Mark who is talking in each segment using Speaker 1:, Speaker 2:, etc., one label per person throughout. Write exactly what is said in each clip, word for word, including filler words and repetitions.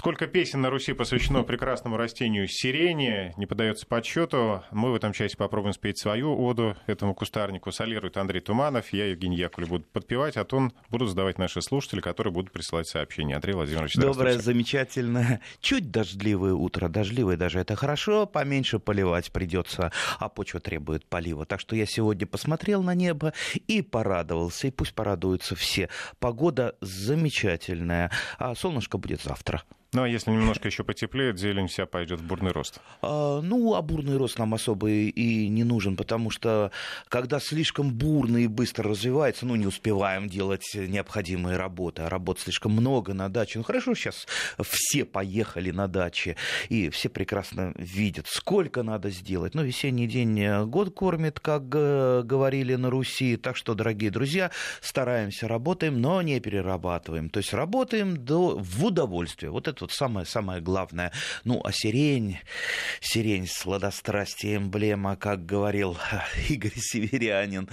Speaker 1: Сколько песен на Руси посвящено прекрасному растению сирени, не поддается подсчету. Мы в этом часе попробуем спеть свою оду этому кустарнику. Солирует Андрей Туманов, я, Евгений Яковлев, буду подпевать, а тон будут задавать наши слушатели, которые будут присылать сообщения. Андрей Владимирович,
Speaker 2: доброе, замечательное, чуть дождливое утро. Дождливое даже это хорошо, поменьше поливать придется, а почва требует полива. Так что я сегодня посмотрел на небо и порадовался. И пусть порадуются все. Погода замечательная, а солнышко будет завтра.
Speaker 1: Ну, а если немножко еще потеплеет, зелень вся пойдет в бурный рост.
Speaker 2: А, ну, а бурный рост нам особо и, и не нужен, потому что когда слишком бурно и быстро развивается, ну, не успеваем делать необходимые работы, а работ слишком много на даче. Ну, хорошо, сейчас все поехали на даче, и все прекрасно видят, сколько надо сделать. Ну, весенний день год кормит, как говорили на Руси. Так что, дорогие друзья, стараемся, работаем, но не перерабатываем. То есть работаем до, в удовольствие. Вот это вот самое-самое главное. Ну, а сирень, сирень, сладострастие, эмблема, как говорил Игорь Северянин.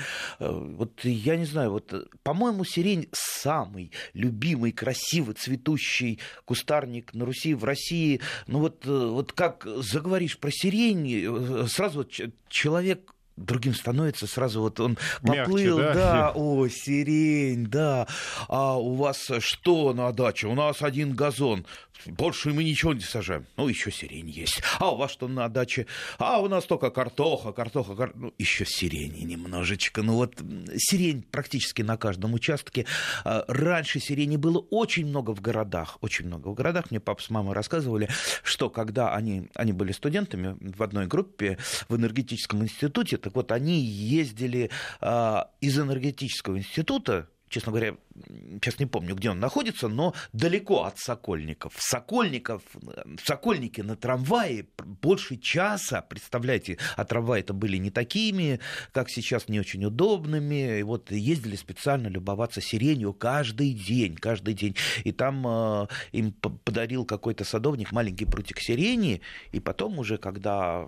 Speaker 2: Вот я не знаю, вот, по-моему, сирень самый любимый, красивый, цветущий кустарник на Руси, в России. Ну, вот, вот как заговоришь про сирень, сразу вот человек другим становится, сразу вот он поплыл,
Speaker 1: мягче, да?
Speaker 2: да, о, сирень, да, а у вас что на даче? У нас один газон, больше мы ничего не сажаем, ну, еще сирень есть. А у вас что на даче? А у нас только картоха, картоха, кар... ну, еще сирени немножечко, ну, вот сирень практически на каждом участке. Раньше сирени было очень много в городах, очень много в городах. Мне папа с мамой рассказывали, что когда они, они были студентами в одной группе в энергетическом институте, так вот, они ездили а, из энергетического института, честно говоря, сейчас не помню, где он находится, но далеко от Сокольников. Сокольников, в Сокольнике на трамвае больше часа, представляете, а трамваи-то были не такими, как сейчас, не очень удобными. И вот ездили специально любоваться сиренью каждый день, каждый день. И там э, им подарил какой-то садовник маленький прутик сирени, и потом уже, когда...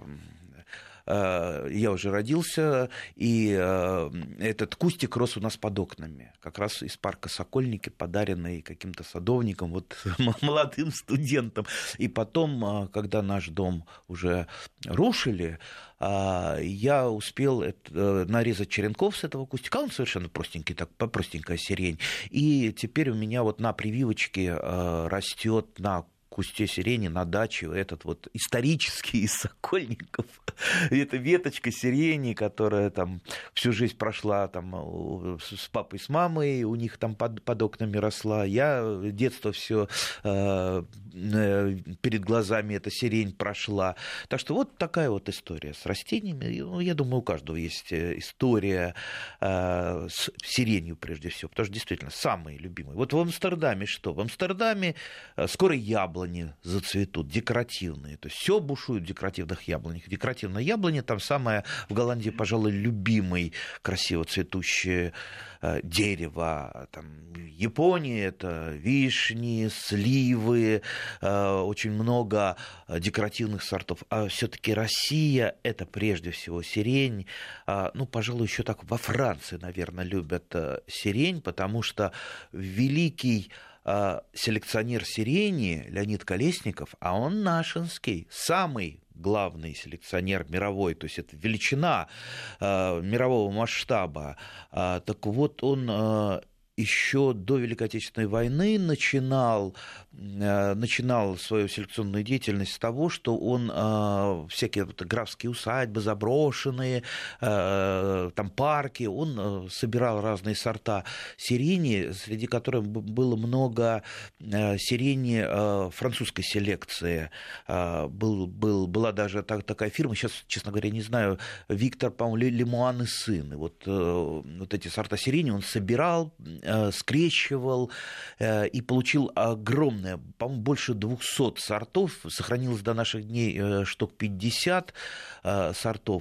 Speaker 2: я уже родился, и этот кустик рос у нас под окнами, как раз из парка Сокольники, подаренный каким-то садовником, вот, молодым студентам. И потом, когда наш дом уже рушили, я успел нарезать черенков с этого кустика, он совершенно простенький, так, простенькая сирень, и теперь у меня вот на прививочке растет на кусте сирени на даче этот вот исторический из Сокольников. Это веточка сирени, которая там всю жизнь прошла там с папой, с мамой, у них там под, под окнами росла. Я детство все э, перед глазами эта сирень прошла. Так что вот такая вот история с растениями. Ну, я думаю, у каждого есть история э, с сиренью прежде всего, потому что действительно самые любимые. Вот в Амстердаме что? В Амстердаме скоро яблони зацветут, декоративные. То есть все бушует в декоративных яблонях. Декоративная яблоня там самое в Голландии, пожалуй, любимый красиво цветущее э, дерево. Там, Япония — это вишни, сливы, э, очень много декоративных сортов. А все-таки Россия — это прежде всего сирень. Э, ну, пожалуй, еще так во Франции, наверное, любят э, сирень, потому что великий селекционер сирени Леонид Колесников, а он нашинский, самый главный селекционер мировой, то есть это величина э, мирового масштаба. Э, так вот, он э, еще до Великой Отечественной войны начинал, э, начинал свою селекционную деятельность с того, что он э, всякие вот, графские усадьбы заброшенные, э, там парки, он э, собирал разные сорта сирени, среди которых было много э, сирени э, французской селекции. Э, был, был, была даже так, такая фирма, сейчас, честно говоря, не знаю, Виктор, по-моему, Лемуан и сын. И вот, э, вот эти сорта сирени он собирал, скрещивал и получил огромное, по-моему, больше двухсот сортов, сохранилось до наших дней штук пятьдесят сортов.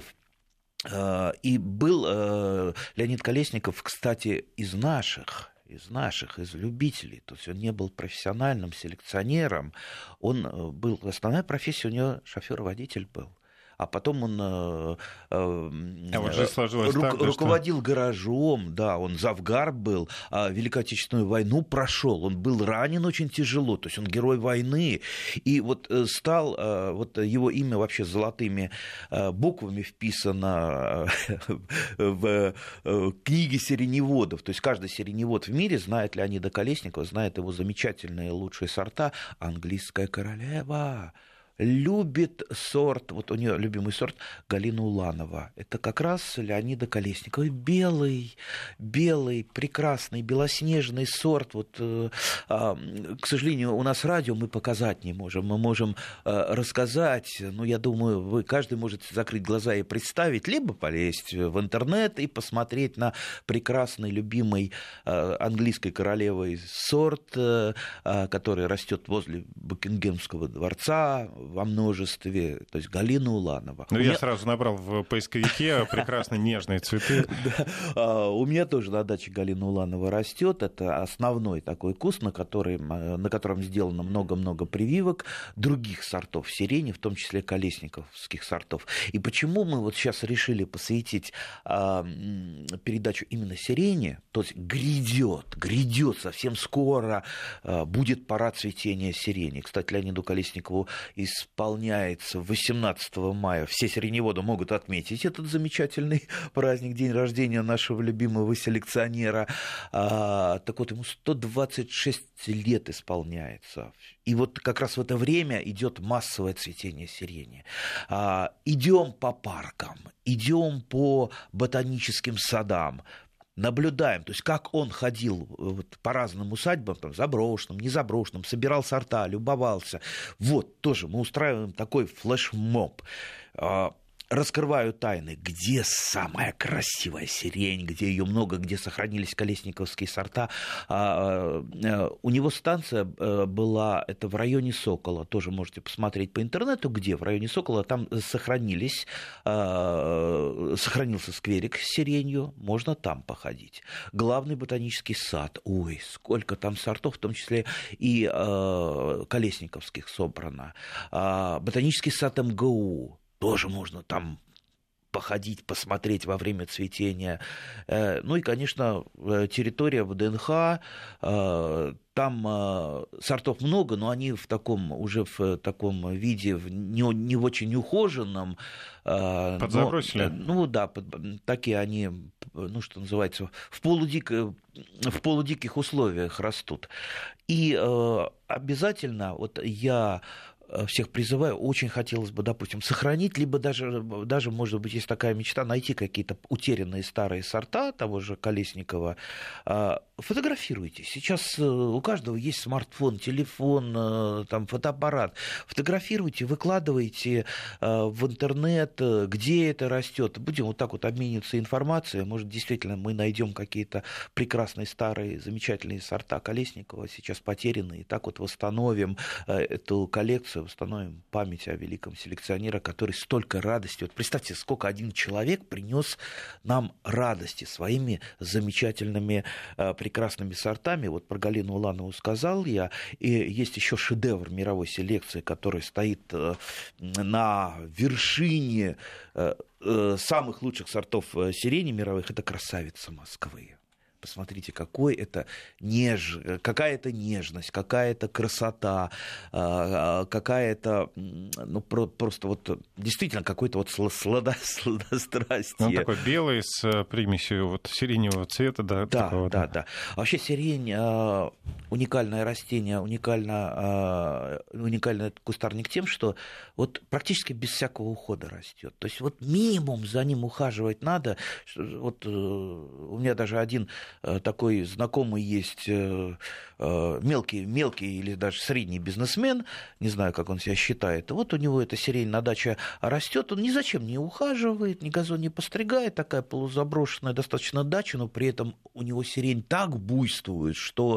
Speaker 2: И был Леонид Колесников, кстати, из наших, из наших, из любителей, то есть он не был профессиональным селекционером, он был, основная профессия у него шофер-водитель был. а потом он э, э,
Speaker 1: а вот же сложилось
Speaker 2: ру-
Speaker 1: так, да,
Speaker 2: руководил
Speaker 1: что...
Speaker 2: гаражом, да, он завгар был, а Великую Отечественную войну прошел, он был ранен очень тяжело, то есть он герой войны, и вот э, стал, э, вот его имя вообще золотыми э, буквами вписано в э, книге сиреневодов, то есть каждый сиреневод в мире знает Леонида Колесникова, знает его замечательные лучшие сорта. Английская королева любит сорт, вот у нее любимый сорт Галина Уланова. Это как раз Леонида Колесникова. Белый, белый, прекрасный, белоснежный сорт. Вот, э, э, к сожалению, у нас радио мы показать не можем. Мы можем э, рассказать, но я думаю, вы, каждый может закрыть глаза и представить, либо полезть в интернет и посмотреть на прекрасный, любимый э, английской королевой сорт, э, который растет возле Букингемского дворца, во множестве, то есть Галина Уланова.
Speaker 1: Ну, я
Speaker 2: меня...
Speaker 1: сразу набрал в поисковике прекрасно нежные цветы.
Speaker 2: У меня тоже на даче Галина Уланова растет. Это основной такой куст, на, который, на котором сделано много-много прививок других сортов сирени, в том числе колесниковских сортов. И почему мы вот сейчас решили посвятить передачу именно сирени, то есть грядет, грядет совсем скоро, будет пора цветения сирени. Кстати, Леониду Колесникову исполняется восемнадцатого мая. Все сиреневоды могут отметить этот замечательный праздник, день рождения нашего любимого селекционера. А, так вот, ему сто двадцать шесть лет исполняется. И вот как раз в это время идет массовое цветение сирени. А, идем по паркам, идем по ботаническим садам, наблюдаем, то есть как он ходил вот, по разным усадьбам, там, заброшенным, незаброшенным, собирал сорта, любовался. Вот, тоже мы устраиваем такой флешмоб. Раскрываю тайны, где самая красивая сирень, где ее много, где сохранились колесниковские сорта. У него станция была, это в районе Сокола, тоже можете посмотреть по интернету, где в районе Сокола, там сохранились, сохранился скверик с сиренью, можно там походить. Главный ботанический сад, ой, сколько там сортов, в том числе и колесниковских собрано. Ботанический сад эм гэ у, тоже можно там походить, посмотреть во время цветения. Ну и, конечно, территория вэ дэ эн ха, там сортов много, но они в таком, уже в таком виде, не, не в очень ухоженном.
Speaker 1: Подзабросили?
Speaker 2: Но, ну да, такие они, ну что называется, в, полудик, в полудиких условиях растут. И обязательно, вот я... всех призываю, очень хотелось бы, допустим, сохранить, либо даже, даже, может быть, есть такая мечта, найти какие-то утерянные старые сорта того же Колесникова. Фотографируйте. Сейчас у каждого есть смартфон, телефон, там, фотоаппарат. Фотографируйте, выкладывайте в интернет, где это растет. Будем вот так вот обмениваться информацией. Может, действительно, мы найдем какие-то прекрасные старые, замечательные сорта Колесникова, сейчас потерянные, и так вот восстановим эту коллекцию, восстановим память о великом селекционере, который столько радости. Вот представьте, сколько один человек принес нам радости своими замечательными, прекрасными сортами. Вот про Галину Уланову сказал я. И есть еще шедевр мировой селекции, который стоит на вершине самых лучших сортов сирени мировых. Это красавица Москвы. Посмотрите, какой это неж... какая это нежность, какая это красота, какая-то, ну, просто вот действительно какой-то вот сладо... сладострастие.
Speaker 1: Он такой белый с примесью вот сиреневого цвета, да?
Speaker 2: Да,
Speaker 1: такого,
Speaker 2: да, да. А вообще сирень уникальное растение, уникально, уникальный кустарник тем, что вот практически без всякого ухода растет. То есть вот минимум за ним ухаживать надо. Вот у меня даже один такой знакомый есть, мелкий, мелкий или даже средний бизнесмен, не знаю, как он себя считает. Вот у него эта сирень на даче растет, он ни зачем не ухаживает, ни газон не постригает, такая полузаброшенная достаточно дача, но при этом у него сирень так буйствует, что,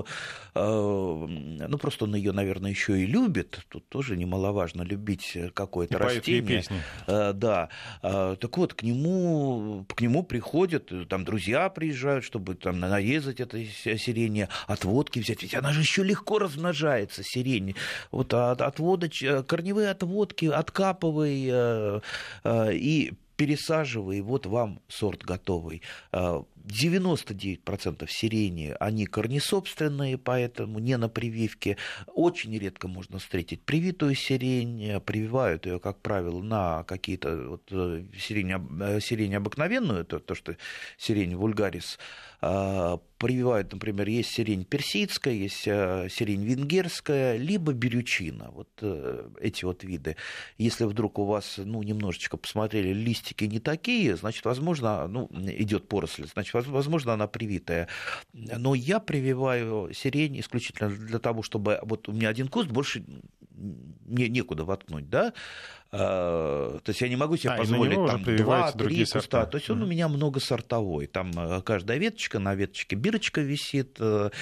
Speaker 2: ну, просто он ее, наверное, еще и любит. Тут тоже немаловажно любить какое-то и растение.
Speaker 1: Песни.
Speaker 2: Да. Так вот, к нему, к нему приходят, там друзья приезжают, чтобы там нарезать это сирень, отводки взять, ведь она же еще легко размножается, сирень. Вот от, отводоч, корневые отводки откапывай и пересаживай, вот вам сорт готовый. девяносто девять процентов сирени, они корнесобственные, поэтому не на прививке. Очень редко можно встретить привитую сирень. Прививают ее, как правило, на какие-то вот, сирень, сирень обыкновенную, то, то, что сирень вульгарис. Прививают, например, есть сирень персидская, есть сирень венгерская, либо бирючина. Вот эти вот виды. Если вдруг у вас, ну, немножечко посмотрели, листики не такие, значит, возможно, ну, идет поросль, значит, возможно, она привитая. Но я прививаю сирень исключительно для того, чтобы вот у меня один куст, больше не, некуда воткнуть, да? То есть я не могу себе а, позволить там два-три куста. Сорта. То есть он mm-hmm. у меня многосортовой. Там каждая веточка, на веточке бирочка висит,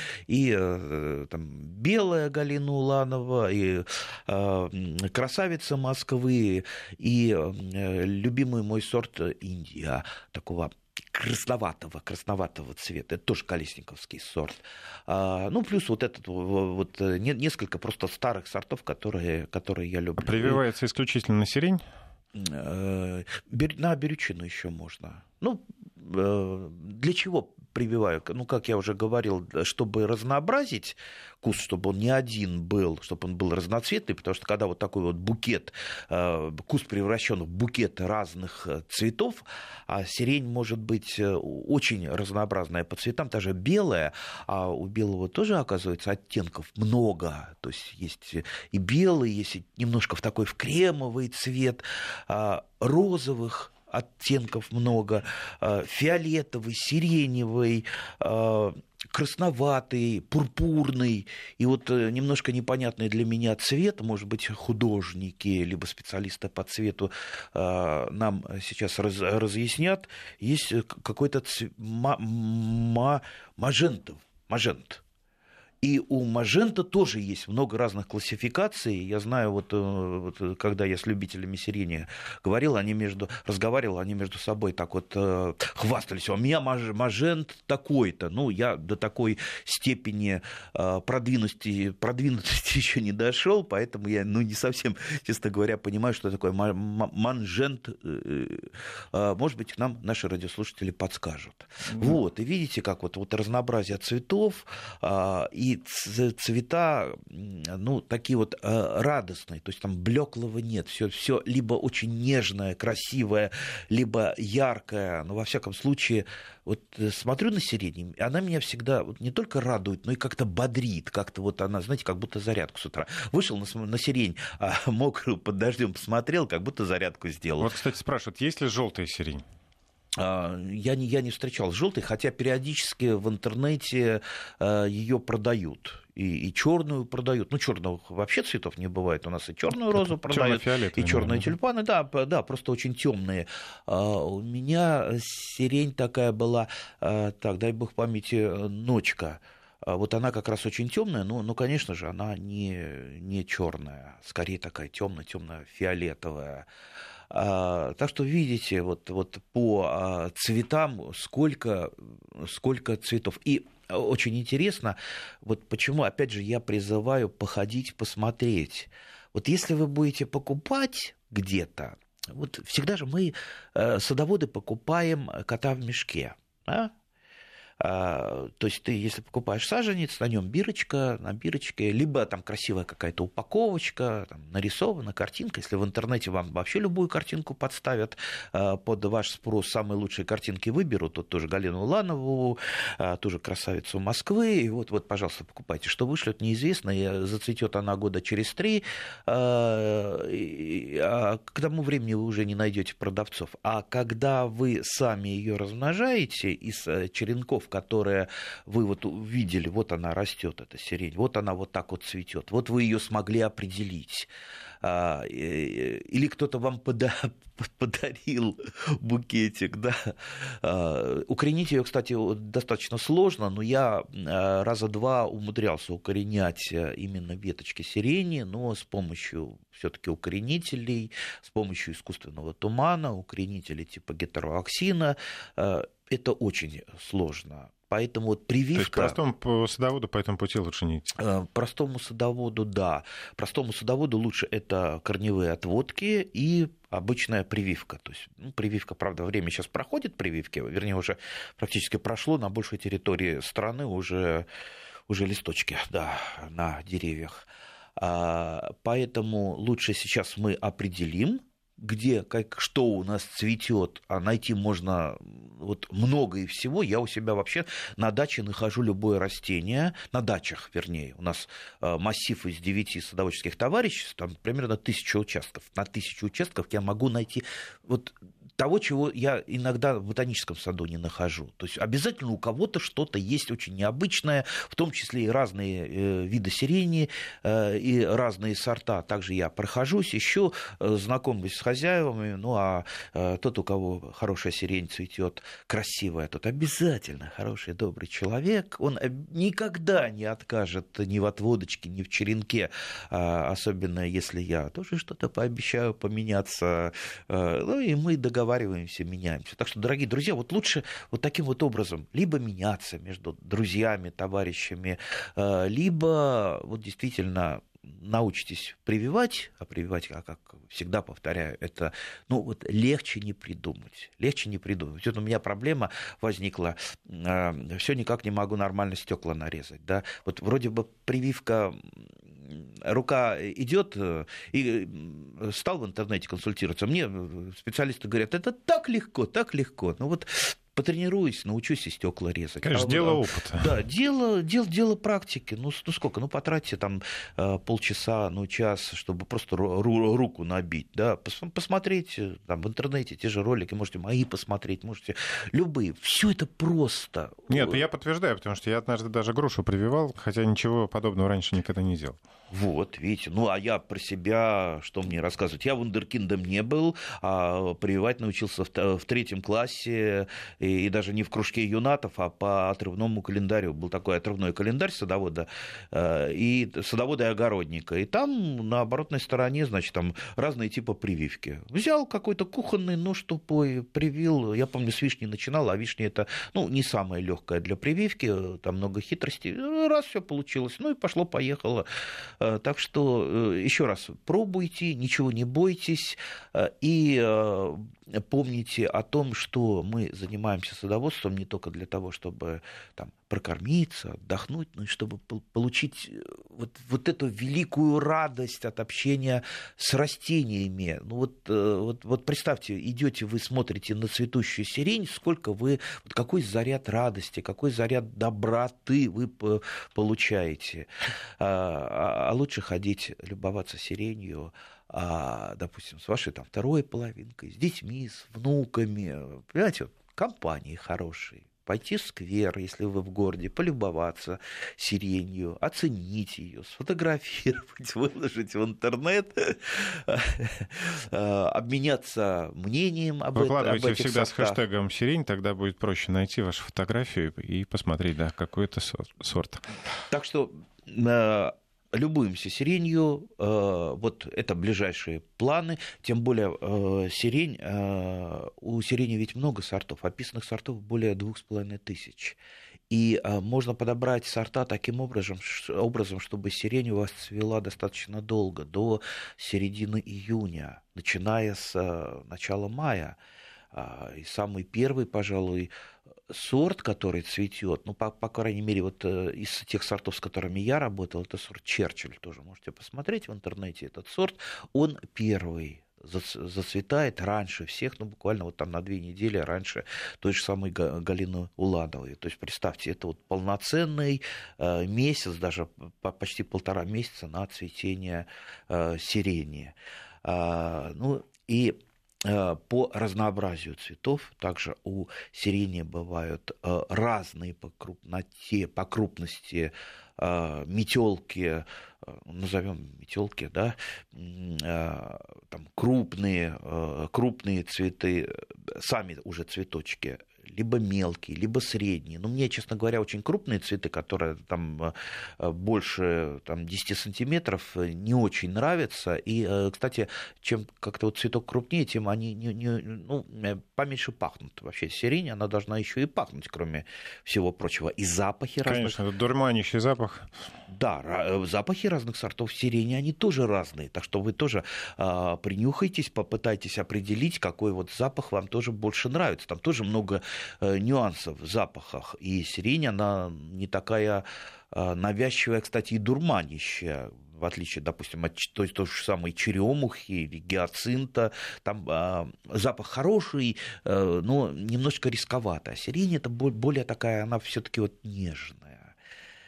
Speaker 2: и там белая Галина Уланова, и красавица Москвы, и любимый мой сорт Индия, такого красноватого, красноватого цвета. Это тоже колесниковский сорт. А, ну, плюс вот этот вот несколько просто старых сортов, которые, которые я люблю.
Speaker 1: Прививается исключительно на сирень?
Speaker 2: На берючину еще можно. Ну, для чего прививаю? Ну, как я уже говорил, чтобы разнообразить куст, чтобы он не один был, чтобы он был разноцветный, потому что когда вот такой вот букет, куст превращен в букет разных цветов, а сирень может быть очень разнообразная по цветам, даже белая, а у белого тоже, оказывается, оттенков много, то есть есть и белый, есть немножко в такой в кремовый цвет, розовых оттенков много, фиолетовый, сиреневый, красноватый, пурпурный, и вот немножко непонятный для меня цвет, может быть, художники, либо специалисты по цвету нам сейчас раз, разъяснят, есть какой-то ц... ма... ма... мажентов, мажент. И у мажента тоже есть много разных классификаций. Я знаю, вот, вот когда я с любителями сирени говорил, они между, разговаривал, они между собой так вот э, хвастались. У меня мажент такой-то. Ну, я до такой степени э, продвинутости, продвинутости еще не дошел, поэтому я, ну, не совсем, честно говоря, понимаю, что такое манжент. Э, э, может быть, нам наши радиослушатели подскажут. Mm-hmm. Вот, и видите, как вот, вот разнообразие цветов э, и цвета, ну, такие вот радостные, то есть там блеклого нет, все, все либо очень нежное, красивое, либо яркое, но во всяком случае, вот смотрю на сирень, она меня всегда вот не только радует, но и как-то бодрит, как-то вот она, знаете, как будто зарядку с утра. Вышел на, на сирень, а мокрую под дождем посмотрел, как будто зарядку сделал.
Speaker 1: Вот, кстати, спрашивают, есть ли желтая сирень?
Speaker 2: Я не, я не встречал желтой, хотя периодически в интернете ее продают. И, и черную продают. Ну, черных вообще цветов не бывает. У нас и черную розу продают, и черные тюльпаны. Да, да, просто очень темные. У меня сирень такая была, так, дай бог памяти, ночка. Вот она как раз очень темная, но, но, конечно же, она не, не черная, скорее такая темная, темно-фиолетовая. А, так что видите, вот, вот по а, цветам сколько, сколько цветов. И очень интересно, вот почему, опять же, я призываю походить, посмотреть. Вот если вы будете покупать где-то, вот всегда же мы, садоводы, покупаем кота в мешке, да? То есть ты, если покупаешь саженец, на нем бирочка, на бирочке, либо там красивая какая-то упаковочка, там, нарисована картинка. Если в интернете вам вообще любую картинку подставят под ваш спрос, самые лучшие картинки выберут, тут тоже Галину Уланову, тоже красавицу Москвы, и вот, вот, пожалуйста, покупайте. Что вышлет, неизвестно, и зацветет она года через три, а к тому времени вы уже не найдете продавцов. А когда вы сами ее размножаете из черенков, которая вы вот увидели, вот она растет, эта сирень, вот она вот так вот цветет, вот вы ее смогли определить. Или кто-то вам подарил букетик, да. Укоренить ее, кстати, достаточно сложно, но я раза два умудрялся укоренять именно веточки сирени, но с помощью все-таки укоренителей, с помощью искусственного тумана, укоренителей типа гетероаксина. это очень сложно. Поэтому вот прививка... То есть
Speaker 1: простому садоводу по этому пути лучше не идти?
Speaker 2: Простому садоводу, да. Простому садоводу лучше это корневые отводки и обычная прививка. То есть, ну, прививка, правда, время сейчас проходит прививки, вернее, уже практически прошло, на большей территории страны уже, уже листочки, да, на деревьях. Поэтому лучше сейчас мы определим, где, как, что у нас цветет, а найти можно вот много и всего. Я у себя вообще на даче нахожу любое растение, на дачах, вернее, у нас массив из девяти садоводческих товариществ, там примерно тысяча участков. На тысячу участков я могу найти вот того, чего я иногда в ботаническом саду не нахожу. То есть обязательно у кого-то что-то есть очень необычное, в том числе и разные э, виды сирени, э, и разные сорта. Также я прохожусь, ищу, э, знакомлюсь с хозяевами. Ну а э, тот, у кого хорошая сирень цветет, красивая, тот обязательно хороший, добрый человек. Он никогда не откажет ни в отводочке, ни в черенке, э, особенно если я тоже что-то пообещаю поменяться. Э, ну и мы договариваемся. Договариваемся, меняемся. Так что, дорогие друзья, вот лучше вот таким вот образом либо меняться между друзьями, товарищами, либо вот действительно научитесь прививать, а прививать, как всегда повторяю, это, ну, вот легче не придумать, легче не придумать. Вот у меня проблема возникла, все никак не могу нормально стекла нарезать, да, вот вроде бы прививка, рука идет, и стал в интернете консультироваться, мне специалисты говорят, это так легко, так легко, ну вот потренируюсь, научусь и стекла резать.
Speaker 1: Конечно, а, дело опыта.
Speaker 2: Да, дело, дело, дело практики. Ну, ну сколько? Ну, потратьте там полчаса, ну, час, чтобы просто ру- руку набить. Да? Посмотреть там, в интернете те же ролики, можете мои посмотреть, можете любые. Все это просто.
Speaker 1: Нет, я подтверждаю, потому что я однажды даже грушу прививал, хотя ничего подобного раньше никогда не делал.
Speaker 2: Вот, видите, ну, а я про себя, что мне рассказывать? Я вундеркиндом не был, а прививать научился в, в третьем классе, и, и даже не в кружке юнатов, а по отрывному календарю. Был такой отрывной календарь садовода, и садовода и огородника. И там на оборотной стороне, значит, там разные типы прививки. Взял какой-то кухонный нож тупой, привил. Я помню, с вишни начинал, а вишня это, ну, не самая легкая для прививки, там много хитростей. Раз все получилось, ну и пошло-поехало. Так что еще раз, пробуйте, ничего не бойтесь и помните о том, что мы занимаемся садоводством не только для того, чтобы там, прокормиться, отдохнуть, но и чтобы получить вот, вот эту великую радость от общения с растениями. Ну вот, вот, вот представьте, идете вы, смотрите на цветущую сирень, сколько вы, вот какой заряд радости, какой заряд доброты вы получаете. А, а лучше ходить, любоваться сиренью, а, допустим, с вашей там, второй половинкой, с детьми, с внуками, понимаете, компании хорошие. Пойти в сквер, если вы в городе, полюбоваться сиренью, оценить ее, сфотографировать, выложить в интернет, обменяться мнением об этом.
Speaker 1: Выкладывайте всегда с хэштегом «сирень», тогда будет проще найти вашу фотографию и посмотреть, да, какой это сорт.
Speaker 2: Так что любуемся сиренью, вот это ближайшие планы, тем более сирень, у сирени ведь много сортов, описанных сортов более двух с половиной тысяч. И можно подобрать сорта таким образом, образом, чтобы сирень у вас цвела достаточно долго, до середины июня, начиная с начала мая. И самый первый, пожалуй, сорт, который цветет, ну, по, по крайней мере, вот из тех сортов, с которыми я работал, это сорт Черчилль, тоже можете посмотреть в интернете этот сорт, он первый зацветает раньше всех, ну, буквально вот там на две недели раньше той же самой Галины Уладовой. То есть, представьте, это вот полноценный месяц, даже почти полтора месяца на цветение сирени. Ну, и по разнообразию цветов, также у сирени бывают разные по крупноте, по крупности метелки, назовем метелки, да, там крупные, крупные цветы, сами уже цветочки либо мелкие, либо средние. Но мне, честно говоря, очень крупные цветы, которые там больше там, десять сантиметров, не очень нравятся. И, кстати, чем как-то вот цветок крупнее, тем они не, не, ну, поменьше пахнут. Вообще сирень, она должна еще и пахнуть, кроме всего прочего. И запахи разных...
Speaker 1: Конечно, это дурманящий запах.
Speaker 2: Да, запахи разных сортов сирени, они тоже разные. Так что вы тоже а, принюхайтесь, попытайтесь определить, какой вот запах вам тоже больше нравится. Там тоже много а, нюансов в запахах. И сирень, она не такая а, навязчивая, кстати, и дурманящая. В отличие, допустим, от той, той же самой черемухи или гиацинта, там э, запах хороший, э, но немножко рисковато. А сирень это более такая, она все-таки вот нежная.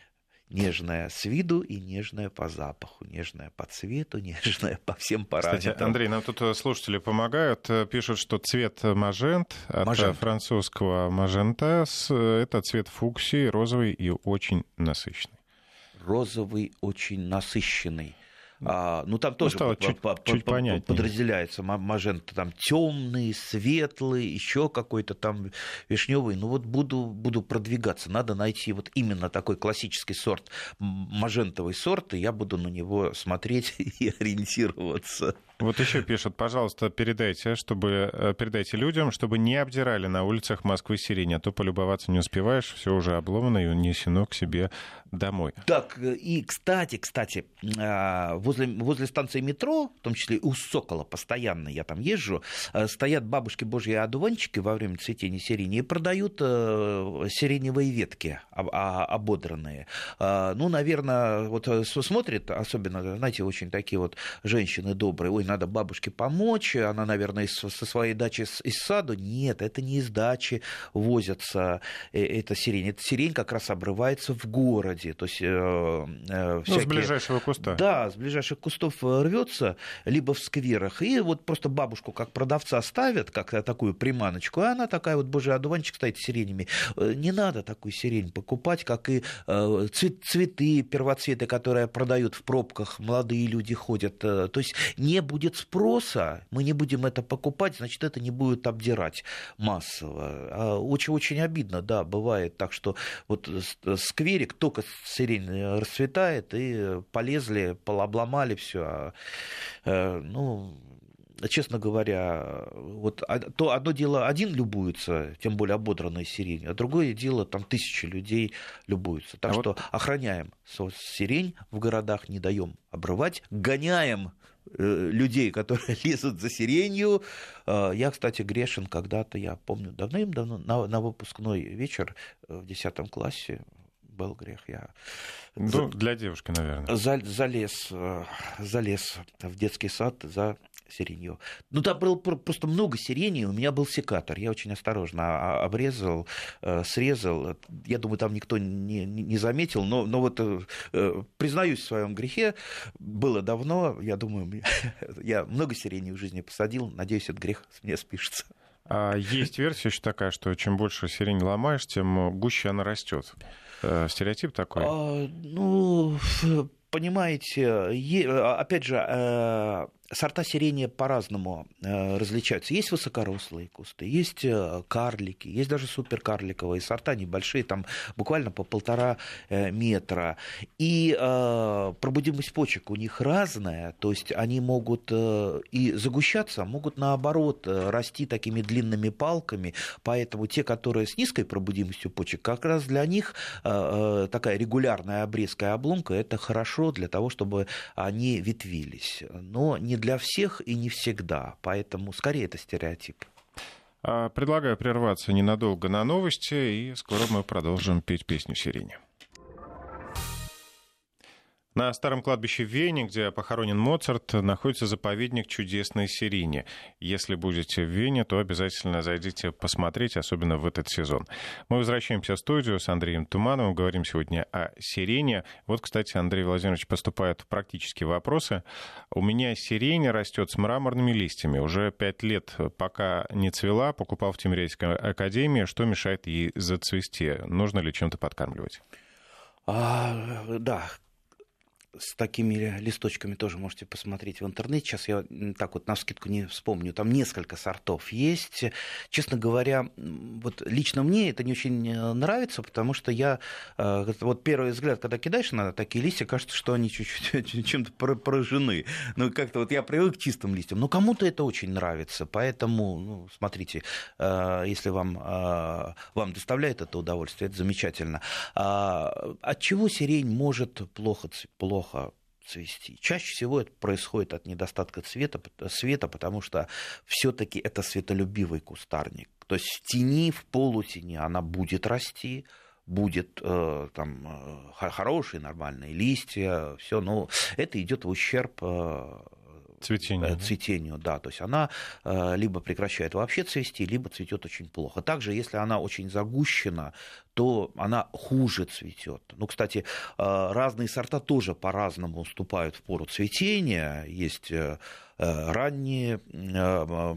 Speaker 2: Нежная с виду и нежная по запаху, нежная по цвету, нежная по всем параметрам.
Speaker 1: Кстати, Андрей, нам тут слушатели помогают, пишут, что цвет мажент,
Speaker 2: Мажент.
Speaker 1: от французского мажента, это цвет фуксии, розовый и очень насыщенный.
Speaker 2: Розовый, очень насыщенный. А, ну, там тоже
Speaker 1: ну, чуть,
Speaker 2: по,
Speaker 1: чуть
Speaker 2: по,
Speaker 1: понятнее.
Speaker 2: Подразделяется мажента, там темный, светлый, еще какой-то там вишневый. Ну вот буду, буду продвигаться. Надо найти вот именно такой классический сорт, мажентовый сорт, и я буду на него смотреть и ориентироваться.
Speaker 1: Вот еще пишут, пожалуйста, передайте, чтобы, передайте людям, чтобы не обдирали на улицах Москвы сирень, а то полюбоваться не успеваешь, все уже обломано и унесено к себе домой.
Speaker 2: Так, и, кстати, кстати, возле, возле станции метро, в том числе у Сокола постоянно я там езжу, стоят бабушки божьи одуванчики во время цветения сирени и продают сиреневые ветки ободранные. Ну, наверное, вот смотрят, особенно, знаете, очень такие вот женщины добрые, ой, надо бабушке помочь, она, наверное, со своей дачи из саду. Нет, это не из дачи возятся, это сирень. Эта сирень как раз обрывается в городе. То есть, э, э, всякие...
Speaker 1: Ну, с ближайшего куста.
Speaker 2: Да, с ближайших кустов рвется, либо в скверах. И вот просто бабушку как продавца ставят, как такую приманочку, а она такая вот, божий одуванчик стоит с сиренями. Не надо такую сирень покупать, как и э, цветы, первоцветы, которые продают в пробках, молодые люди ходят. То есть не будет спроса, мы не будем это покупать, значит, это не будет обдирать массово. Очень-очень обидно, да, бывает так, что вот скверик, только сирень расцветает, и полезли, полобломали все. Ну, честно говоря, вот то одно дело один любуется, тем более ободранной сиренью, а другое дело там тысячи людей любуются. Так а что вот... охраняем сирень в городах, не даем обрывать, гоняем людей, которые лезут за сиренью. Я, кстати, грешен когда-то, я помню, давным-давно на, на выпускной вечер в десятом классе был грех. Я
Speaker 1: ну, за... для девушки, наверное.
Speaker 2: За, залез, залез в детский сад за сиренью. Ну, там было просто много сирени, у меня был секатор. Я очень осторожно обрезал, срезал. Я думаю, там никто не, не заметил, но, но вот признаюсь в своем грехе, было давно, я думаю, я много сирени в жизни посадил, надеюсь, этот грех с меня спишется.
Speaker 1: А есть версия еще такая, что чем больше сирень ломаешь, тем гуще она растет. Стереотип такой?
Speaker 2: А, ну, понимаете, опять же, сорта сирени по-разному различаются. Есть высокорослые кусты, есть карлики, есть даже суперкарликовые сорта небольшие, там буквально по полтора метра. И пробудимость почек у них разная, то есть они могут и загущаться, могут наоборот расти такими длинными палками, поэтому те, которые с низкой пробудимостью почек, как раз для них такая регулярная обрезка и обломка – это хорошо для того, чтобы они ветвились. Но не для всех и не всегда, поэтому скорее это стереотип.
Speaker 1: Предлагаю прерваться ненадолго на новости, и скоро мы продолжим петь песню «Сирени». На старом кладбище в Вене, где похоронен Моцарт, находится заповедник чудесной сирени. Если будете в Вене, то обязательно зайдите посмотреть, особенно в этот сезон. Мы возвращаемся в студию с Андреем Тумановым. Говорим сегодня о сирене. Вот, кстати, Андрей Владимирович, поступают практические вопросы. У меня сирень растет с мраморными листьями. Уже пять лет, пока не цвела, покупал в Тимирязевской академии. Что мешает ей зацвести? Нужно ли чем-то подкармливать?
Speaker 2: А, да. с такими листочками тоже можете посмотреть в интернете. Сейчас я так вот навскидку не вспомню. Там несколько сортов есть. Честно говоря, вот лично мне это не очень нравится, потому что я... Вот первый взгляд, когда кидаешь на такие листья, кажется, что они чуть-чуть чем-то поражены. Ну, как-то вот я привык к чистым листьям. Но кому-то это очень нравится. Поэтому, ну, смотрите, если вам, вам доставляет это удовольствие, это замечательно. От чего сирень может плохо, плохо цвести? Чаще всего это происходит от недостатка цвета, света, потому что все-таки это светолюбивый кустарник. То есть в тени, в полутени она будет расти, будет э, там хорошие нормальные листья, все, но это идет в ущерб э,
Speaker 1: Цветению.
Speaker 2: Цветению, да. То есть она э, либо прекращает вообще цвести, либо цветет очень плохо. Также, если она очень загущена, то она хуже цветет. Ну, кстати, э, разные сорта тоже по-разному уступают в пору цветения. Есть э, ранние э,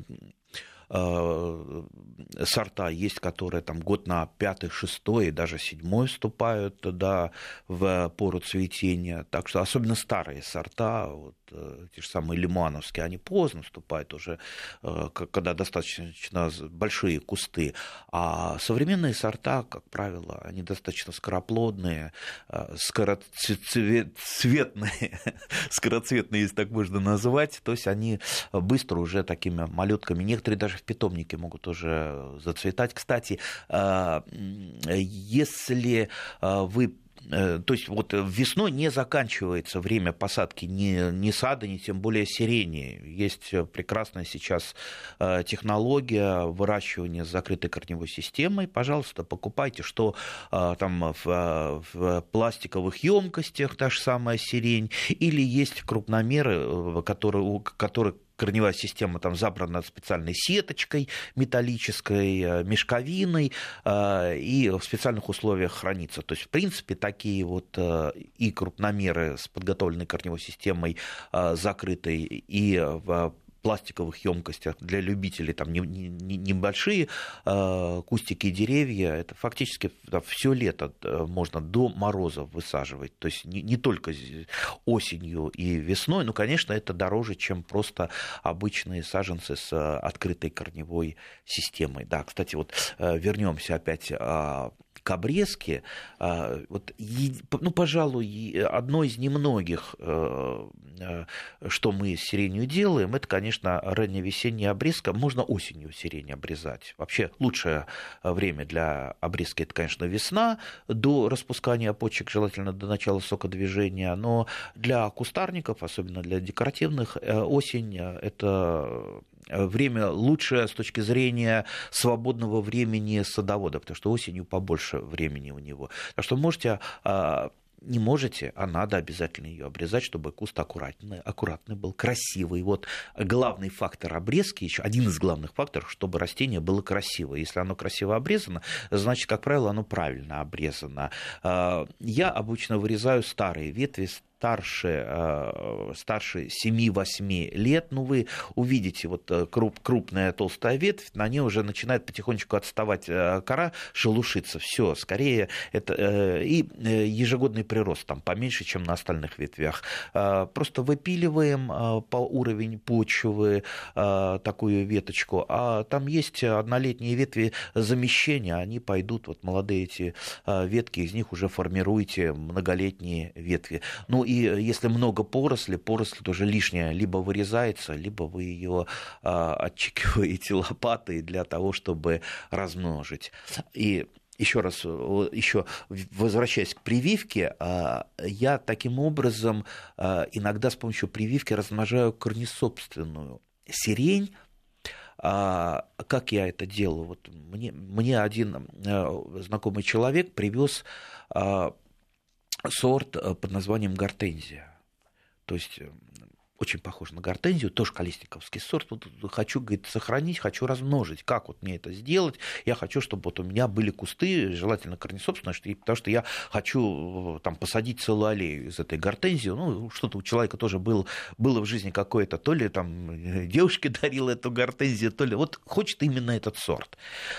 Speaker 2: сорта, есть, которые там год на пятый, шестой и даже седьмой вступают да, в пору цветения. Так что особенно старые сорта, вот, те же самые лимановские, они поздно вступают уже, когда достаточно большие кусты. А современные сорта, как правило, они достаточно скороплодные, скороцветные, скороцветные, если так можно назвать. То есть они быстро уже такими малютками, некоторые даже в питомнике могут уже зацветать. Кстати, если вы... То есть вот весной не заканчивается время посадки ни, ни сада, ни тем более сирени. Есть прекрасная сейчас технология выращивания с закрытой корневой системой. Пожалуйста, покупайте, что там в, в пластиковых емкостях, та же самая сирень, или есть крупномеры, которые, у которых корневая система там забрана специальной сеточкой металлической, мешковиной, и в специальных условиях хранится. То есть, в принципе, такие вот и крупномеры с подготовленной корневой системой закрытой, и в пластиковых емкостях для любителей, там небольшие кустики и деревья, это фактически все лето можно до морозов высаживать, то есть не, не только осенью и весной, но, конечно, это дороже, чем просто обычные саженцы с открытой корневой системой. Да, кстати, вот вернемся опять к обрезке. Вот, ну, пожалуй, одно из немногих, что мы с сиренью делаем, это, конечно, ранневесенняя обрезка. Можно осенью сирень обрезать. Вообще лучшее время для обрезки — это, конечно, весна, до распускания почек, желательно до начала сокодвижения. Но для кустарников, особенно для декоративных, осень — это время лучшее с точки зрения свободного времени садовода, потому что осенью побольше времени у него. Так что можете, не можете, а надо обязательно ее обрезать, чтобы куст аккуратный, аккуратный был, красивый. Вот главный фактор обрезки, еще один из главных факторов, чтобы растение было красивое. Если оно красиво обрезано, значит, как правило, оно правильно обрезано. Я обычно вырезаю старые ветви, старше, старше семи-восьми лет, ну, вы увидите, вот круп, крупная толстая ветвь, на ней уже начинает потихонечку отставать кора, шелушиться. Все, скорее, это и ежегодный прирост там поменьше, чем на остальных ветвях. Просто выпиливаем по уровень почвы такую веточку, а там есть однолетние ветви замещения, они пойдут, вот молодые эти ветки, из них уже формируете многолетние ветви. Ну, и если много поросли, поросль тоже лишняя, либо вырезается, либо вы ее а, отчекиваете лопатой для того, чтобы размножить. И еще раз, еще возвращаясь к прививке, я таким образом иногда с помощью прививки размножаю корнесобственную сирень. Как я это делаю? Вот мне, мне один знакомый человек привез сорт под названием гортензия. То есть очень похож на гортензию, тоже калистниковский сорт. Вот хочу, говорит, сохранить, хочу размножить. Как вот мне это сделать? Я хочу, чтобы вот у меня были кусты, желательно корнесобственные, потому что я хочу там посадить целую аллею из этой гортензии. Ну, что-то у человека тоже было, было в жизни какое-то, то ли там девушке дарил эту гортензию, то ли вот хочет именно этот сорт.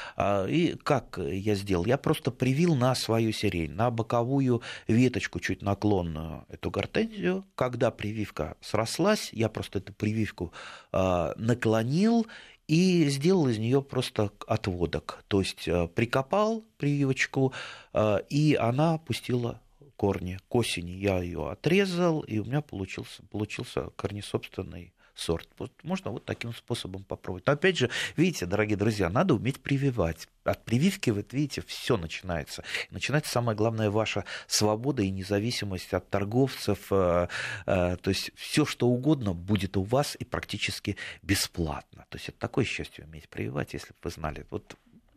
Speaker 2: И как я сделал? Я просто привил на свою сирень, на боковую веточку чуть наклонную эту гортензию. Когда прививка сросла, я просто эту прививку э, наклонил и сделал из нее просто отводок. То есть э, прикопал прививочку, э, и она пустила корни. К осени я ее отрезал, и у меня получился, получился корнесобственный сорт. Вот можно вот таким способом попробовать. Но опять же, видите, дорогие друзья, надо уметь прививать. От прививки, вот видите, все начинается. Начинается самое главное ваша свобода и независимость от торговцев. То есть все, что угодно будет у вас и практически бесплатно. То есть это такое счастье уметь прививать, если бы вы знали. Вот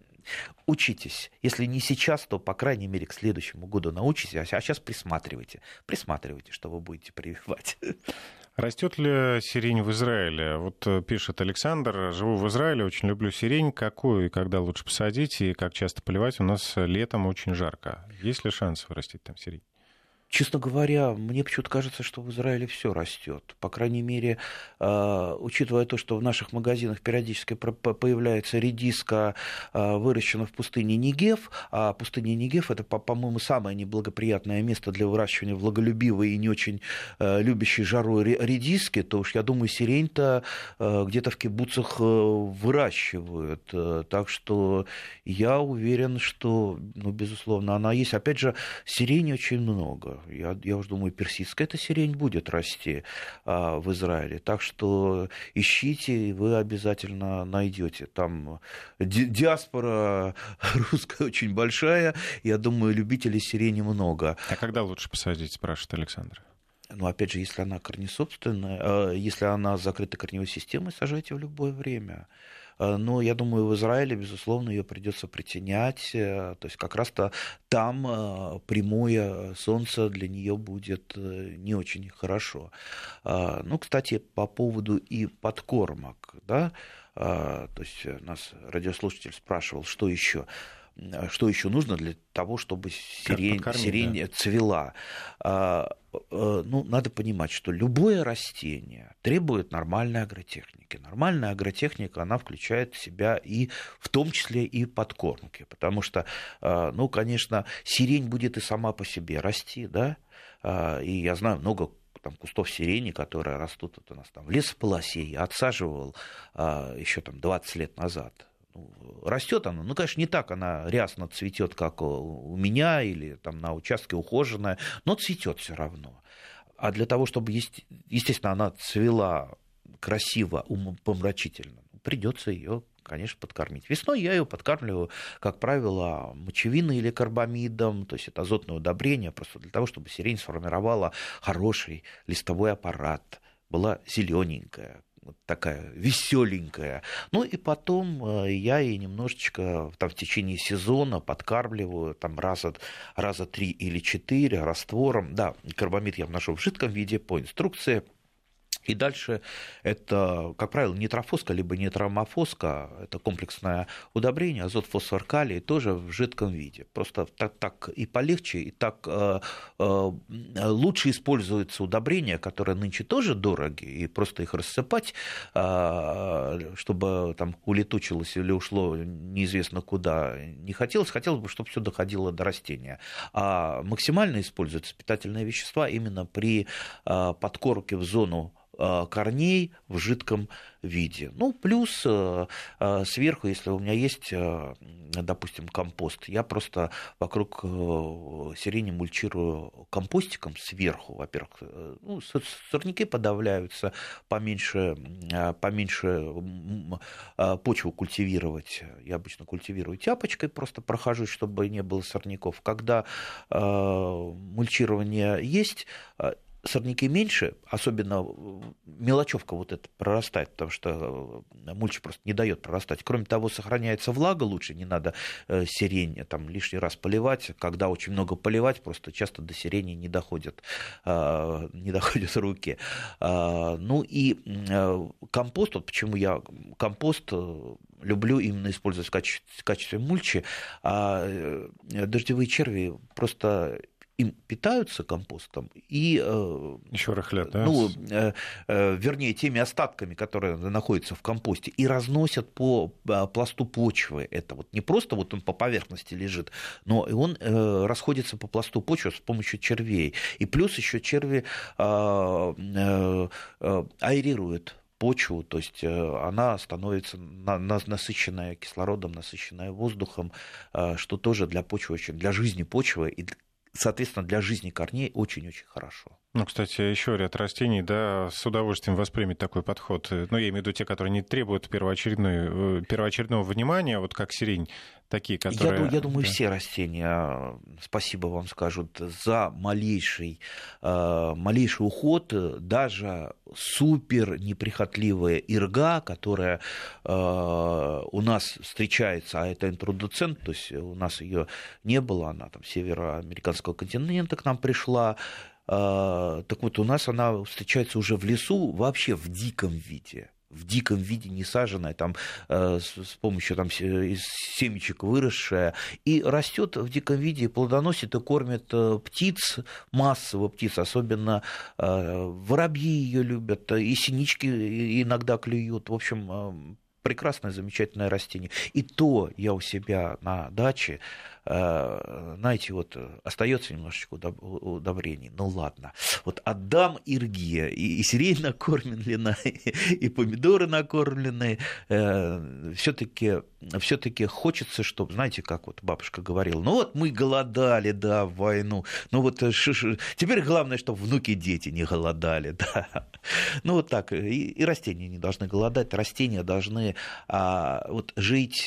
Speaker 2: учитесь. Если не сейчас, то, по крайней мере, к следующему году научитесь. А сейчас присматривайте. Присматривайте, что вы будете прививать.
Speaker 1: Растет ли сирень в Израиле? Вот пишет Александр, живу в Израиле, очень люблю сирень. Какую и когда лучше посадить, и как часто поливать? У нас летом очень жарко. Есть ли шанс вырастить там сирень?
Speaker 2: Честно говоря, мне почему-то кажется, что в Израиле все растет. По крайней мере, учитывая то, что в наших магазинах периодически появляется редиска, выращена в пустыне Негев, а пустыня Негев — это, по-моему, самое неблагоприятное место для выращивания влаголюбивой и не очень любящей жару редиски, то уж, я думаю, сирень-то где-то в кибуцах выращивают. Так что я уверен, что, ну, безусловно, она есть. Опять же, сирени очень много. Я, я уж думаю, персидская эта сирень будет расти а, в Израиле. Так что ищите, и вы обязательно найдете. Там ди- диаспора русская очень большая. Я думаю, любителей сирени много.
Speaker 1: А когда лучше посадить, спрашивает Александр?
Speaker 2: Ну, опять же, если она корнесобственная, если она закрыта корневой системой, сажайте в любое время. Но я думаю, в Израиле, безусловно, ее придется притенять. То есть как раз-то там прямое солнце для нее будет не очень хорошо. Ну, кстати, по поводу и подкормок, да, то есть нас радиослушатель спрашивал, что еще. Что еще нужно для того, чтобы сирень, сирень да. цвела? Ну, надо понимать, что любое растение требует нормальной агротехники. Нормальная агротехника, она включает в себя и в том числе и подкормки. Потому что, ну, конечно, сирень будет и сама по себе расти, да? И я знаю много там, кустов сирени, которые растут вот у нас там в лесополосе. Я отсаживал еще там двадцать лет назад. Растет она, ну, конечно, не так она рясно цветет, как у меня, или там на участке ухоженная, но цветет все равно. А для того, чтобы, естественно, она цвела красиво, умопомрачительно, придется ее, конечно, подкормить. Весной я ее подкармливаю, как правило, мочевиной или карбамидом, то есть это азотное удобрение, просто для того, чтобы сирень сформировала хороший листовой аппарат, была зелененькая, вот такая веселенькая. Ну и потом я ей немножечко там, в течение сезона подкармливаю там, раза, раза три или четыре раствором. Да, карбамид я вношу в жидком виде по инструкции. И дальше это, как правило, нитрофоска либо нитромофоска, это комплексное удобрение, азот, фосфор, калий, тоже в жидком виде. Просто так, так и полегче, и так э, э, лучше используются удобрения, которые нынче тоже дороги, и просто их рассыпать, э, чтобы там улетучилось или ушло неизвестно куда, не хотелось. Хотелось бы, чтобы все доходило до растения. А максимально используются питательные вещества именно при э, подкормке в зону корней в жидком виде. Ну, плюс сверху, если у меня есть, допустим, компост, я просто вокруг сирени мульчирую компостиком сверху. Во-первых, ну, сорняки подавляются, поменьше, поменьше почву культивировать. Я обычно культивирую тяпочкой, просто прохожусь, чтобы не было сорняков. Когда мульчирование есть, сорняки меньше, особенно мелочевка вот эта прорастает, потому что мульча просто не дает прорастать. Кроме того, сохраняется влага лучше, не надо сирень там лишний раз поливать. Когда очень много поливать, просто часто до сирени не доходят, не доходят руки. Ну и компост, вот почему я компост люблю именно использовать в качестве, в качестве мульчи, а дождевые черви просто им питаются компостом и
Speaker 1: еще рыхлят, да?
Speaker 2: Ну, вернее, теми остатками, которые находятся в компосте, и разносят по пласту почвы. Это вот не просто вот он по поверхности лежит, но и он расходится по пласту почвы с помощью червей. И плюс еще черви аэрируют почву, то есть она становится насыщенная кислородом, насыщенная воздухом, что тоже для почвы, для жизни почвы и, соответственно, для жизни корней очень-очень хорошо.
Speaker 1: Ну, кстати, еще ряд растений, да, с удовольствием воспримет такой подход. Ну, я имею в виду те, которые не требуют первоочередного внимания, вот как сирень, такие, которые...
Speaker 2: Я, я думаю,
Speaker 1: да.
Speaker 2: все растения, спасибо вам скажут, за малейший, малейший уход, даже супер неприхотливая ирга, которая у нас встречается, а это интродуцент, то есть у нас ее не было, она там с североамериканского континента к нам пришла. Так вот, у нас она встречается уже в лесу вообще в диком виде. В диком виде не саженная, там, э, с, с помощью там, из семечек выросшая, и растет в диком виде, плодоносит и кормит э, птиц, массово птиц, особенно э, воробьи ее любят, и синички иногда клюют. В общем, э, прекрасное, замечательное растение. И то я у себя на даче, знаете, вот остается немножечко удобрений. Ну ладно, вот отдам ирге, и, и сирень накормленная, и помидоры накормленные. Все-таки все-таки хочется, чтобы, знаете, как вот бабушка говорила, ну вот мы голодали, да, в войну, ну вот ш-ш... теперь главное, чтобы внуки и дети не голодали, да. Ну вот так, и, и растения не должны голодать, растения должны а, вот жить...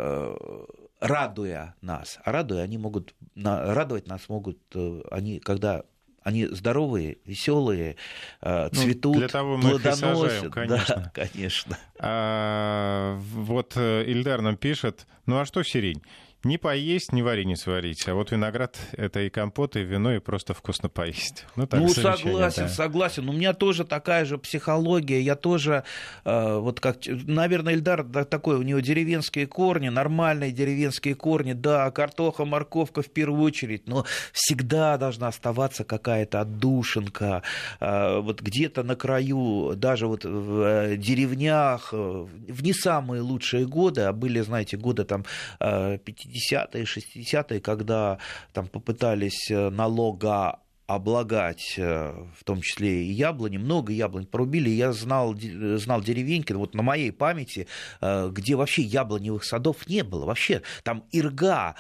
Speaker 2: радуя нас. А радуя, они могут, радовать нас могут они, когда они здоровые, веселые, цветут, ну, для того мы плодоносят.
Speaker 1: Их и сажаем, конечно.
Speaker 2: Да, конечно.
Speaker 1: А, вот Ильдар нам пишет, ну а что сирень? Не поесть, не варенье сварить. А вот виноград — это и компот, и вино, и просто вкусно поесть. Ну, так,
Speaker 2: ну согласен, да. согласен. У меня тоже такая же психология. Я тоже, э, вот как, наверное, Ильдар да, такой, у него деревенские корни, нормальные деревенские корни. Да, картоха, морковка в первую очередь. Но всегда должна оставаться какая-то отдушинка. Э, вот где-то на краю, даже вот в э, деревнях, в не самые лучшие годы, а были, знаете, годы там э, пятидесятые, шестидесятые, когда там попытались налога облагать, в том числе и яблони, много яблонь порубили. Я знал, знал деревеньки, вот на моей памяти, где вообще яблоневых садов не было. Вообще там ирга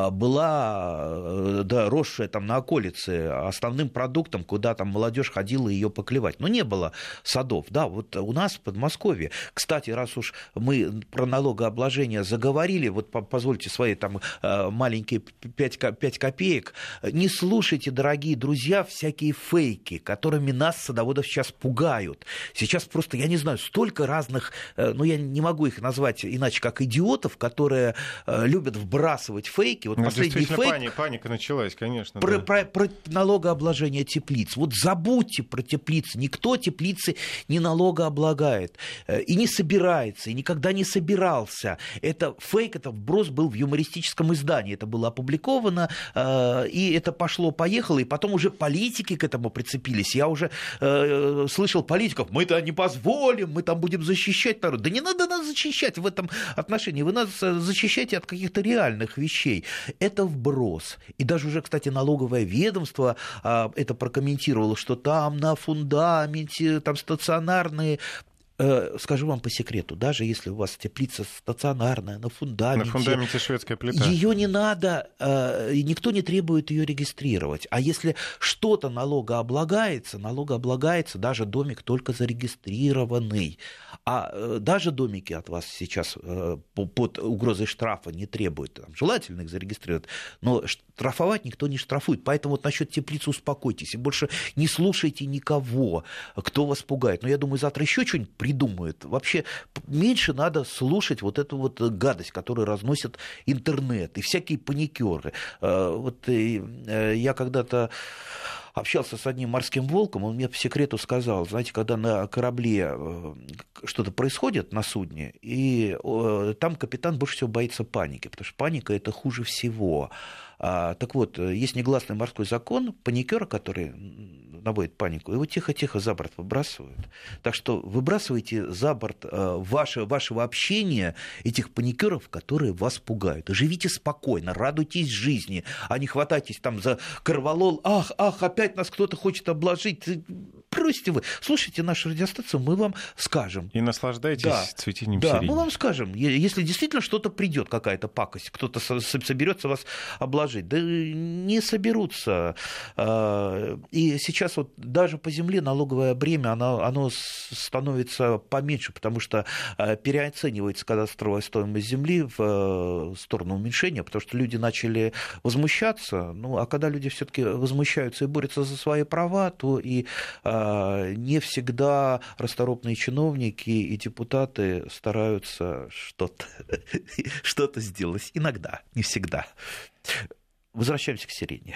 Speaker 2: была, да, росшая там на околице, основным продуктом, куда там молодежь ходила ее поклевать. Но не было садов. Да, вот у нас в Подмосковье, кстати, раз уж мы про налогообложение заговорили, вот позвольте свои там маленькие пять копеек, не слушайте, дорогие друзья, Друзья, всякие фейки, которыми нас, садоводов, сейчас пугают. Сейчас просто, я не знаю, столько разных, ну, я не могу их назвать иначе, как идиотов, которые любят вбрасывать фейки. Вот
Speaker 1: ну,
Speaker 2: последний
Speaker 1: действительно,
Speaker 2: фейк...
Speaker 1: паника, паника началась, конечно.
Speaker 2: Про,
Speaker 1: да.
Speaker 2: про, про налогообложение теплиц. Вот забудьте про теплицы. Никто теплицы не налогооблагает. И не собирается, и никогда не собирался. Это фейк, это вброс был в юмористическом издании. Это было опубликовано, и это пошло-поехало, и потом уже политики к этому прицепились. Я уже э, слышал политиков, мы-то не позволим, мы там будем защищать народ. Да не надо нас защищать в этом отношении. Вы нас защищаете от каких-то реальных вещей. Это вброс. И даже уже, кстати, налоговое ведомство э, это прокомментировало, что там на фундаменте там стационарные скажу вам по секрету, даже если у вас теплица стационарная, на фундаменте...
Speaker 1: На фундаменте шведская плита.
Speaker 2: Ее не надо, никто не требует ее регистрировать. А если что-то налогооблагается, налогооблагается даже домик только зарегистрированный. А даже домики от вас сейчас под угрозой штрафа не требуют. Там, желательно их зарегистрировать, но штрафовать никто не штрафует. Поэтому вот насчет теплицы успокойтесь и больше не слушайте никого, кто вас пугает. Но я думаю, завтра еще что-нибудь придумают. Вообще меньше надо слушать вот эту вот гадость, которую разносит интернет и всякие паникеры. Вот я когда-то общался с одним морским волком, он мне по секрету сказал, знаете, когда на корабле что-то происходит на судне, и там капитан больше всего боится паники, потому что паника – это хуже всего. Так вот, есть негласный морской закон, паникера, который наводит панику, его тихо-тихо за борт выбрасывают. Так что выбрасывайте за борт ваше, вашего общения этих паникеров, которые вас пугают. И живите спокойно, радуйтесь жизни, а не хватайтесь там за корвалол. Ах, ах, опять нас кто-то хочет обложить. Бросьте вы. Слушайте нашу радиостанцию, мы вам скажем.
Speaker 1: И наслаждайтесь да, цветением
Speaker 2: да,
Speaker 1: сирени.
Speaker 2: Мы вам скажем, если действительно что-то придет, какая-то пакость, кто-то соберется вас обложить. Да не соберутся. И сейчас вот даже по земле налоговое бремя, оно, оно становится поменьше, потому что переоценивается кадастровая стоимость земли в сторону уменьшения, потому что люди начали возмущаться. Ну, а когда люди все-таки возмущаются и борются за свои права, то и не всегда расторопные чиновники и депутаты стараются что-то, что-то сделать. Иногда, не всегда. Возвращаемся к сирене.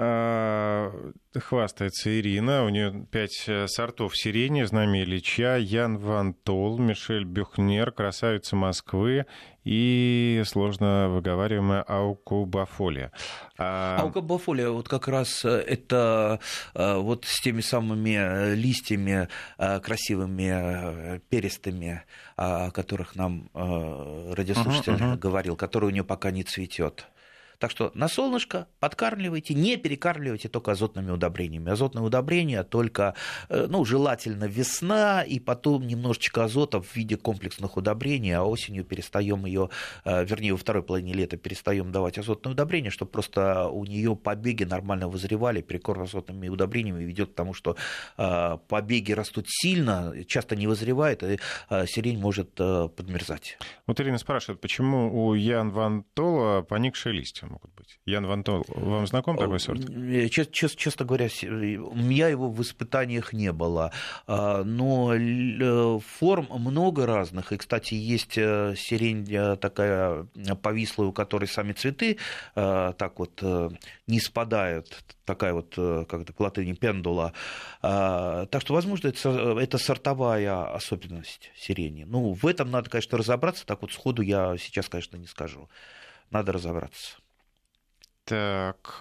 Speaker 1: Хвастается Ирина. У нее пять сортов сирени. Знамя Ильича, Ян Ван Тол, Мишель Бюхнер, Красавица Москвы и сложно выговариваемая Аукубафолия. А...
Speaker 2: Аукубафолия вот как раз это вот с теми самыми листьями красивыми, перистыми, о которых нам радиослушатель uh-huh, uh-huh. говорил, который у нее пока не цветет. Так что на солнышко подкармливайте, не перекармливайте только азотными удобрениями. Азотные удобрения только, ну, желательно весна, и потом немножечко азота в виде комплексных удобрений, а осенью перестаем ее, вернее, во второй половине лета перестаем давать азотные удобрения, чтобы просто у нее побеги нормально вызревали. Перекорм азотными удобрениями ведет к тому, что побеги растут сильно, часто не вызревает, и сирень может подмерзать.
Speaker 1: Вот Ирина спрашивает, почему у Ян Ван Тола поникшие листья могут быть? Ян Ван Тол, вам знаком такой сорт?
Speaker 2: Честно, честно говоря, у меня его в испытаниях не было. Но форм много разных. И, кстати, есть сирень такая повислая, у которой сами цветы так вот не спадают. Такая вот, как-то по латыни, пендула. Так что, возможно, это, это сортовая особенность сирени. Ну, в этом надо, конечно, разобраться. Так вот сходу я сейчас, конечно, не скажу. Надо разобраться.
Speaker 1: Так,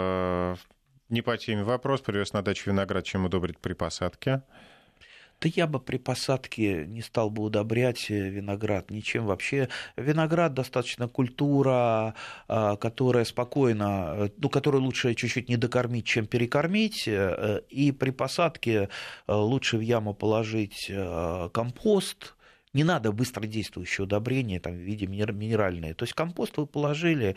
Speaker 1: не по теме вопрос. Привез на дачу виноград, чем удобрить при посадке?
Speaker 2: Да я бы при посадке не стал бы удобрять виноград ничем вообще. Виноград достаточно культура, которая спокойно, ну, которую лучше чуть-чуть не докормить, чем перекормить. И при посадке лучше в яму положить компост. Не надо быстродействующее удобрение там, в виде минеральное. То есть компост вы положили,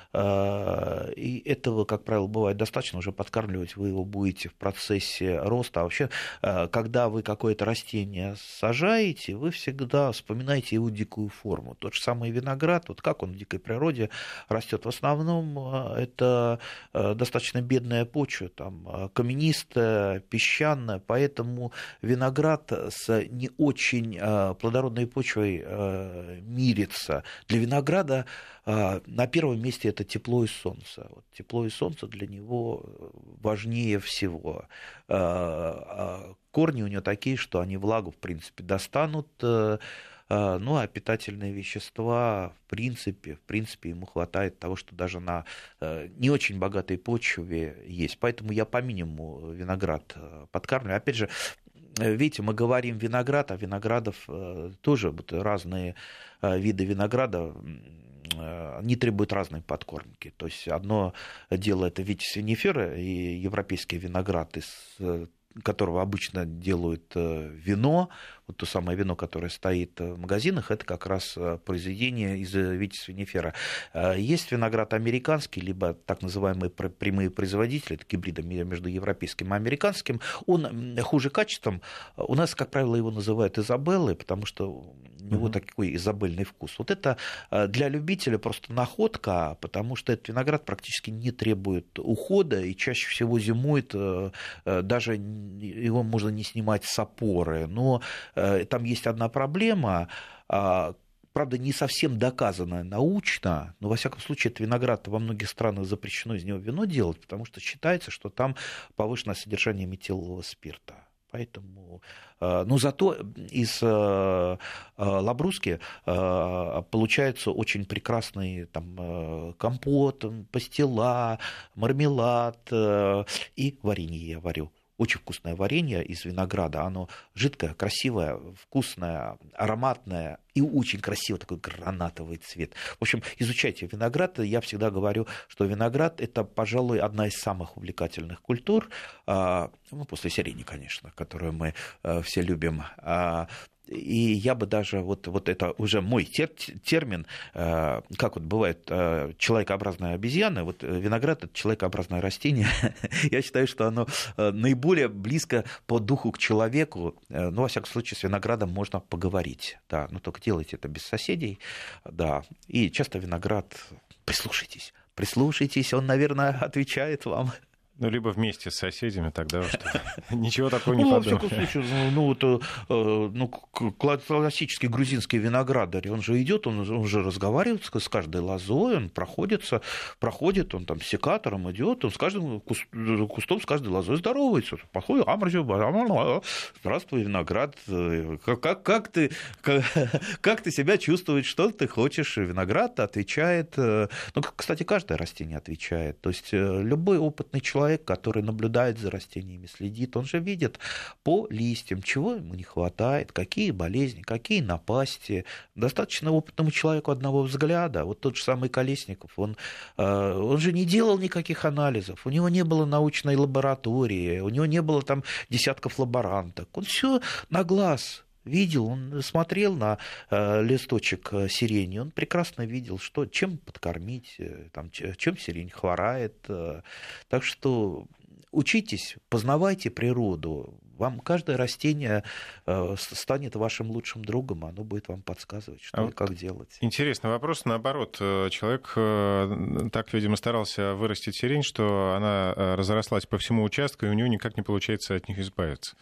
Speaker 2: и этого, как правило, бывает достаточно, уже подкармливать вы его будете в процессе роста. А вообще, когда вы какое-то растение сажаете, вы всегда вспоминаете его дикую форму. Тот же самый виноград, вот как он в дикой природе растет. В основном это достаточно бедная почва, там, каменистая, песчаная, поэтому виноград с не очень плодородной почвой э, мирится. Для винограда э, на первом месте это тепло и солнце. Вот, тепло и солнце для него важнее всего. Э, э, корни у него такие, что они влагу, в принципе, достанут. Э, э, ну, а питательные вещества, в принципе, в принципе, ему хватает того, что даже на э, не очень богатой почве есть. Поэтому я по минимуму виноград подкармливаю. Опять же, видите, мы говорим виноград, а виноградов тоже вот разные виды винограда не требуют разной подкормки. То есть одно дело это витис винифера и европейский виноград, из которого обычно делают вино, вот то самое вино, которое стоит в магазинах, это как раз произведение из Витис Винифера. Есть виноград американский, либо так называемые прямые производители, это гибриды между европейским и американским. Он хуже качеством. У нас, как правило, его называют Изабеллой, потому что у него uh-huh. такой изабельный вкус. Вот это для любителя просто находка, потому что этот виноград практически не требует ухода и чаще всего зимует, даже его можно не снимать с опоры. Но там есть одна проблема, правда, не совсем доказанная научно, но, во всяком случае, этот виноград во многих странах запрещено из него вино делать, потому что считается, что там повышенное содержание метилового спирта. Поэтому, но зато из лабруски получается очень прекрасный там компот, пастила, мармелад и варенье я варю. Очень вкусное варенье из винограда. Оно жидкое, красивое, вкусное, ароматное и очень красивый такой гранатовый цвет. В общем, изучайте виноград. Я всегда говорю, что виноград – это, пожалуй, одна из самых увлекательных культур, ну, после сирени, конечно, которую мы все любим. И я бы даже, вот, вот это уже мой тер, термин, э, как вот бывает э, человекообразная обезьяна, вот виноград – это человекообразное растение. Я считаю, что оно наиболее близко по духу к человеку. Ну, во всяком случае, с виноградом можно поговорить. Да, но только делайте это без соседей. Да. И часто виноград, прислушайтесь, прислушайтесь, он, наверное, отвечает вам.
Speaker 1: Ну, либо вместе с соседями, тогда уж ничего такого не подумаешь.
Speaker 2: Ну, во всяком случае, ну, вот, ну, классический грузинский виноградарь, он же идет, он уже разговаривает с каждой лозой, он проходится, проходит, он там с секатором идет, он с каждым кустом, с каждой лозой здоровается. Подходит, здравствуй, виноград, как, как, как, ты, как, как ты себя чувствуешь, что ты хочешь? Виноград отвечает, ну, кстати, каждое растение отвечает, то есть любой опытный человек, Человек, который наблюдает за растениями, следит, он же видит по листьям, чего ему не хватает, какие болезни, какие напасти. Достаточно опытному человеку одного взгляда. Вот тот же самый Колесников, он, он же не делал никаких анализов, у него не было научной лаборатории, у него не было там десятков лаборанток. Он все на глаз видел, он смотрел на э, листочек сирени, он прекрасно видел, что, чем подкормить, там, чем сирень хворает. Э, так что учитесь, познавайте природу. Вам каждое растение э, станет вашим лучшим другом, оно будет вам подсказывать, что а и как делать.
Speaker 1: Интересный вопрос. Наоборот, человек э, так, видимо, старался вырастить сирень, что она разрослась по всему участку, и у него никак не получается от них избавиться.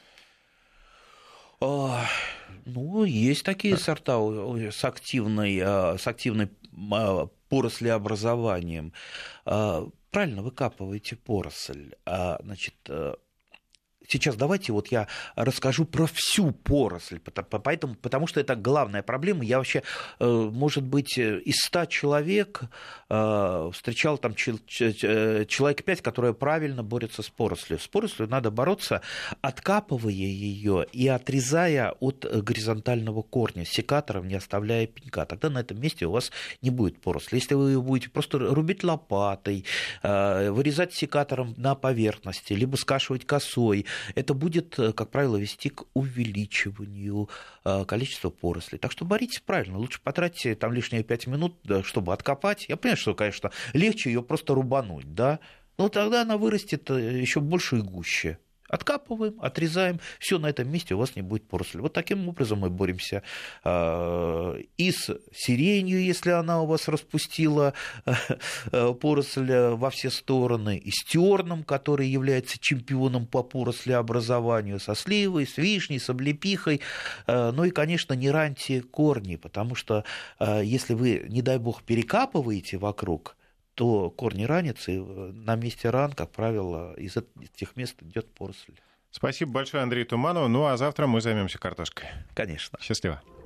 Speaker 2: Ну, есть такие сорта с активной, с активной порослеобразованием. Правильно выкапываете поросль. Значит, сейчас давайте вот я расскажу про всю поросль, поэтому, потому что это главная проблема. Я вообще, может быть, из ста человек встречал там человек пять, которые правильно борются с порослью. С порослью надо бороться, откапывая ее и отрезая от горизонтального корня, секатором, не оставляя пенька. Тогда на этом месте у вас не будет поросли. Если вы ее будете просто рубить лопатой, вырезать секатором на поверхности, либо скашивать косой, это будет, как правило, вести к увеличиванию количества порослей. Так что боритесь правильно. Лучше потратьте там лишние пять минут, чтобы откопать. Я понимаю, что, конечно, легче ее просто рубануть, да? Но тогда она вырастет еще больше и гуще. Откапываем, отрезаем, все на этом месте у вас не будет поросли. Вот таким образом мы боремся и с сиренью, если она у вас распустила поросль во все стороны, и с терном, который является чемпионом по порослеобразованию, со сливой, с вишней, с облепихой. Ну и, конечно, не раньте корни, потому что если вы, не дай бог, перекапываете вокруг, то корни ранятся, и на месте ран, как правило, из этих мест идет поросль.
Speaker 1: Спасибо большое, Андрей Туманов. Ну а завтра мы займемся картошкой.
Speaker 2: Конечно.
Speaker 1: Счастливо.